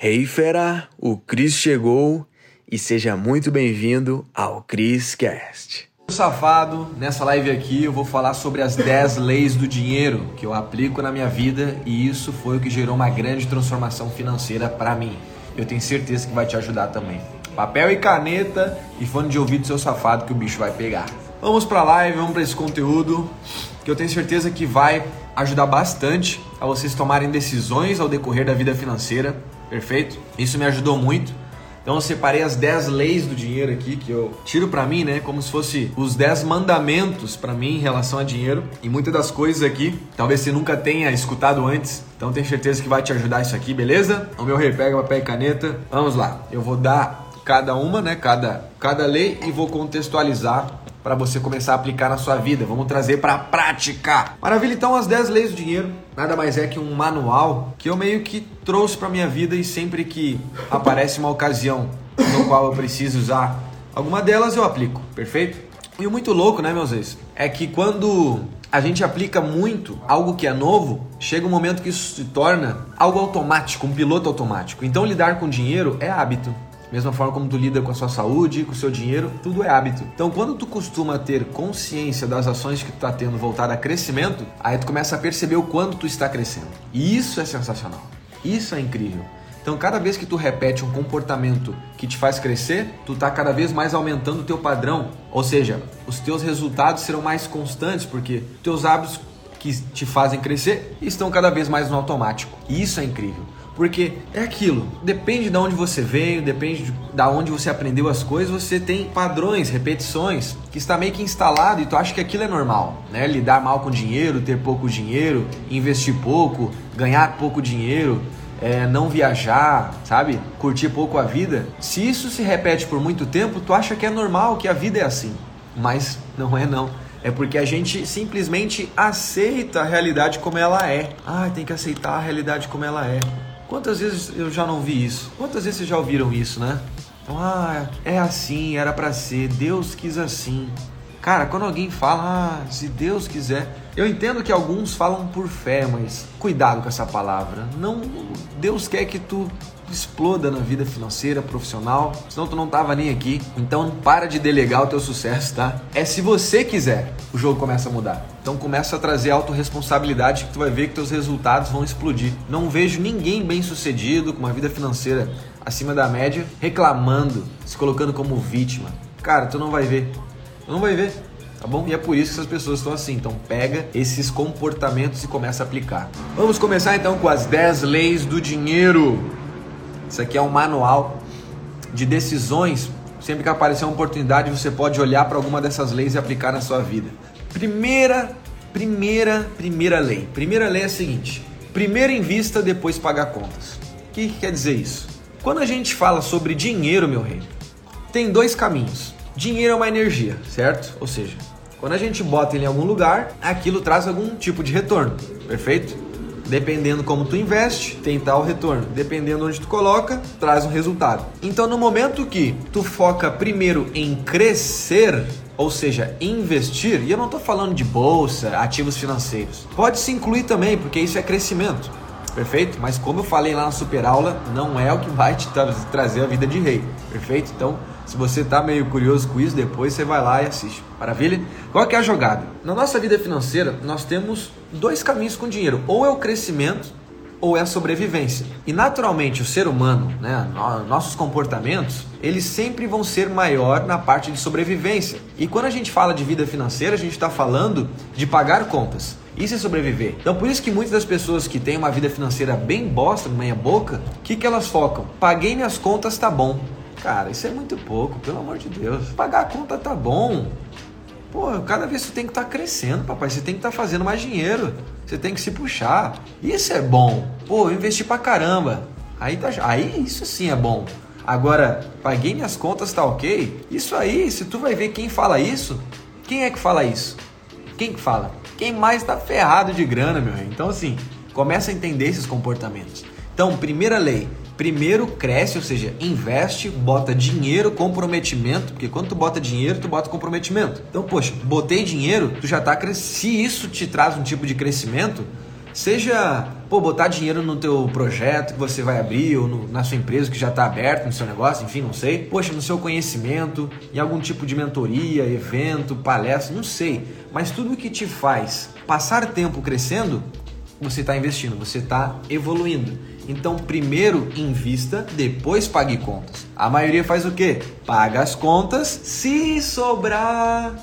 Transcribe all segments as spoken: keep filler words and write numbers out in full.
Hey fera, o Cris chegou e seja muito bem-vindo ao Cris Cast. Safado, nessa live aqui eu vou falar sobre as dez leis do dinheiro que eu aplico na minha vida e isso foi o que gerou uma grande transformação financeira para mim. Eu tenho certeza que vai te ajudar também. Papel e caneta e fone de ouvido, seu safado, que o bicho vai pegar. Vamos pra live, vamos para esse conteúdo que eu tenho certeza que vai ajudar bastante a vocês tomarem decisões ao decorrer da vida financeira. Perfeito? Isso me ajudou muito. Então eu separei as dez leis do dinheiro aqui, que eu tiro pra mim, né? Como se fosse os dez mandamentos pra mim em relação a dinheiro. E muitas das coisas aqui, talvez você nunca tenha escutado antes. Então tenho certeza que vai te ajudar isso aqui, beleza? O meu rei, pega papel e caneta. Vamos lá. Eu vou dar cada uma, né? Cada, cada lei e vou contextualizar para você começar a aplicar na sua vida. Vamos trazer para a prática. Maravilha, então as dez leis do dinheiro nada mais é que um manual que eu meio que trouxe para minha vida e sempre que aparece uma ocasião no qual eu preciso usar alguma delas eu aplico, perfeito? E o muito louco, né, meus ex, é que quando a gente aplica muito algo que é novo, chega um momento que isso se torna algo automático, um piloto automático. Então lidar com dinheiro é hábito. Mesma forma como tu lida com a sua saúde, com o seu dinheiro, tudo é hábito. Então, quando tu costuma ter consciência das ações que tu está tendo voltada a crescimento, aí tu começa a perceber o quanto tu está crescendo. E isso é sensacional. Isso é incrível. Então, cada vez que tu repete um comportamento que te faz crescer, tu está cada vez mais aumentando o teu padrão. Ou seja, os teus resultados serão mais constantes, porque teus hábitos que te fazem crescer estão cada vez mais no automático. E isso é incrível. Porque é aquilo, depende de onde você veio, depende de, de onde você aprendeu as coisas, você tem padrões, repetições, que está meio que instalado e tu acha que aquilo é normal, né? Lidar mal com dinheiro, ter pouco dinheiro, investir pouco, ganhar pouco dinheiro, é, não viajar, sabe? Curtir pouco a vida. Se isso se repete por muito tempo, tu acha que é normal, que a vida é assim. Mas não é não. É porque a gente simplesmente aceita a realidade como ela é. Ah, tem que aceitar a realidade como ela é. Quantas vezes eu já não vi isso? Quantas vezes vocês já ouviram isso, né? Então, ah, é assim, era pra ser, Deus quis assim. Cara, quando alguém fala, ah, se Deus quiser... Eu entendo que alguns falam por fé, mas cuidado com essa palavra. Não, Deus quer que tu exploda na vida financeira, profissional, senão tu não tava nem aqui. Então para de delegar o teu sucesso, tá? É se você quiser, o jogo começa a mudar. Então começa a trazer autorresponsabilidade que tu vai ver que teus resultados vão explodir. Não vejo ninguém bem sucedido, com uma vida financeira acima da média, reclamando, se colocando como vítima. Cara, tu não vai ver. Tu não vai ver. Tá bom? E é por isso que essas pessoas estão assim. Então pega esses comportamentos e começa a aplicar. Vamos começar então com as dez leis do dinheiro. Isso aqui é um manual de decisões. Sempre que aparecer uma oportunidade, você pode olhar para alguma dessas leis e aplicar na sua vida. Primeira, primeira, primeira lei. Primeira lei é a seguinte: primeiro invista, depois paga contas. O que, que quer dizer isso? Quando a gente fala sobre dinheiro, meu rei, tem dois caminhos. Dinheiro é uma energia, certo? Ou seja, quando a gente bota ele em algum lugar, aquilo traz algum tipo de retorno, perfeito? Dependendo como tu investe, tem tal retorno. Dependendo onde tu coloca, traz um resultado. Então, no momento que tu foca primeiro em crescer, ou seja, investir, e eu não estou falando de bolsa, ativos financeiros. Pode se incluir também, porque isso é crescimento, perfeito? Mas como eu falei lá na super aula, não é o que vai te tra- trazer a vida de rei, perfeito? Então, se você está meio curioso com isso, depois você vai lá e assiste. Maravilha? Qual que é a jogada? Na nossa vida financeira, nós temos dois caminhos com dinheiro. Ou é o crescimento, ou é a sobrevivência. E naturalmente o ser humano, né, nossos comportamentos, eles sempre vão ser maior na parte de sobrevivência. E quando a gente fala de vida financeira, a gente está falando de pagar contas. Isso é sobreviver. Então por isso que muitas das pessoas que têm uma vida financeira bem bosta, meia boca, o que, que elas focam? Paguei minhas contas, tá bom. Cara, isso é muito pouco, pelo amor de Deus. Pagar a conta tá bom. Pô, cada vez você tem que estar tá crescendo, papai. Você tem que estar tá fazendo mais dinheiro. Você tem que se puxar. Isso é bom. Pô, eu investi pra caramba. Aí, tá, aí isso sim é bom. Agora, paguei minhas contas, tá ok? Isso aí, se tu vai ver quem fala isso, quem é que fala isso? Quem que fala? Quem mais tá ferrado de grana, meu rei. Então assim, começa a entender esses comportamentos. Então, primeira lei. Primeiro cresce, ou seja, investe, bota dinheiro, comprometimento, porque quando tu bota dinheiro, tu bota comprometimento. Então, poxa, botei dinheiro, tu já tá crescendo. Se isso te traz um tipo de crescimento, Seja, pô, botar dinheiro no teu projeto que você vai abrir ou no, na sua empresa que já está aberto, no seu negócio, enfim, não sei. Poxa, no seu conhecimento, em algum tipo de mentoria, evento, palestra, não sei. Mas tudo que te faz passar tempo crescendo, você está investindo, você está evoluindo. Então, primeiro invista, depois pague contas. A maioria faz o quê? Paga as contas, se sobrar,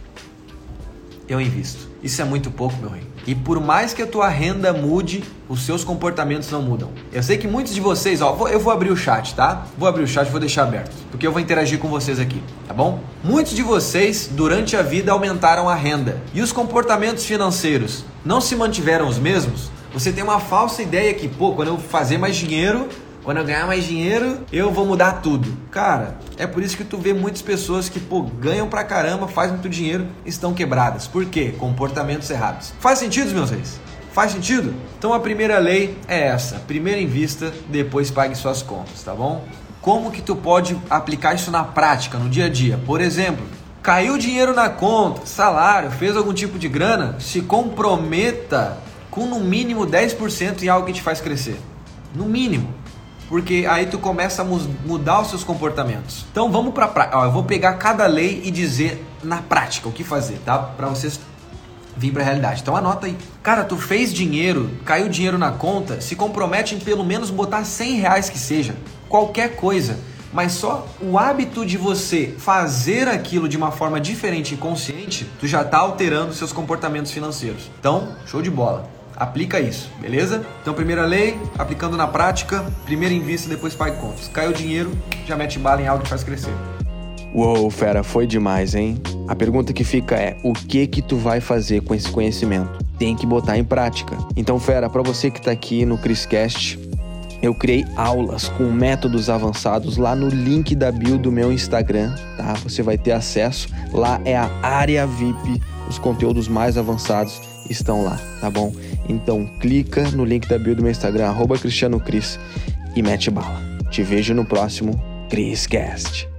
eu invisto. Isso é muito pouco, meu rei. E por mais que a tua renda mude, os seus comportamentos não mudam. Eu sei que muitos de vocês, ó, eu vou abrir o chat, tá? Vou abrir o chat e vou deixar aberto, porque eu vou interagir com vocês aqui, tá bom? Muitos de vocês, durante a vida, aumentaram a renda. E os comportamentos financeiros não se mantiveram os mesmos? Você tem uma falsa ideia que, pô, quando eu fazer mais dinheiro, quando eu ganhar mais dinheiro, eu vou mudar tudo. Cara, é por isso que tu vê muitas pessoas que, pô, ganham pra caramba, fazem muito dinheiro, estão quebradas. Por quê? Comportamentos errados. Faz sentido, meus reis? Faz sentido? Então a primeira lei é essa. Primeiro invista, depois pague suas contas, tá bom? Como que tu pode aplicar isso na prática, no dia a dia? Por exemplo, caiu dinheiro na conta, salário, fez algum tipo de grana, se comprometa com no mínimo dez por cento em algo que te faz crescer. No mínimo. Porque aí tu começa a mudar os seus comportamentos. Então vamos pra prática. Eu vou pegar cada lei e dizer na prática o que fazer, tá? Pra vocês virem pra realidade. Então anota aí. Cara, tu fez dinheiro, caiu dinheiro na conta, se compromete em pelo menos botar cem reais que seja. Qualquer coisa. Mas só o hábito de você fazer aquilo de uma forma diferente e consciente, tu já tá alterando seus comportamentos financeiros. Então, show de bola. Aplica isso, beleza? Então, primeira lei, aplicando na prática, primeiro invista, depois pague contas. Caiu o dinheiro, já mete bala em algo que faz crescer. Uou, fera, foi demais, hein? A pergunta que fica é, o que que tu vai fazer com esse conhecimento? Tem que botar em prática. Então, fera, para você que tá aqui no ChrisCast, eu criei aulas com métodos avançados lá no link da bio do meu Instagram, tá? Você vai ter acesso. Lá é a área V I P, os conteúdos mais avançados estão lá, tá bom? Então clica no link da bio do meu Instagram, arroba cristiano cris, e mete bala. Te vejo no próximo ChrisCast.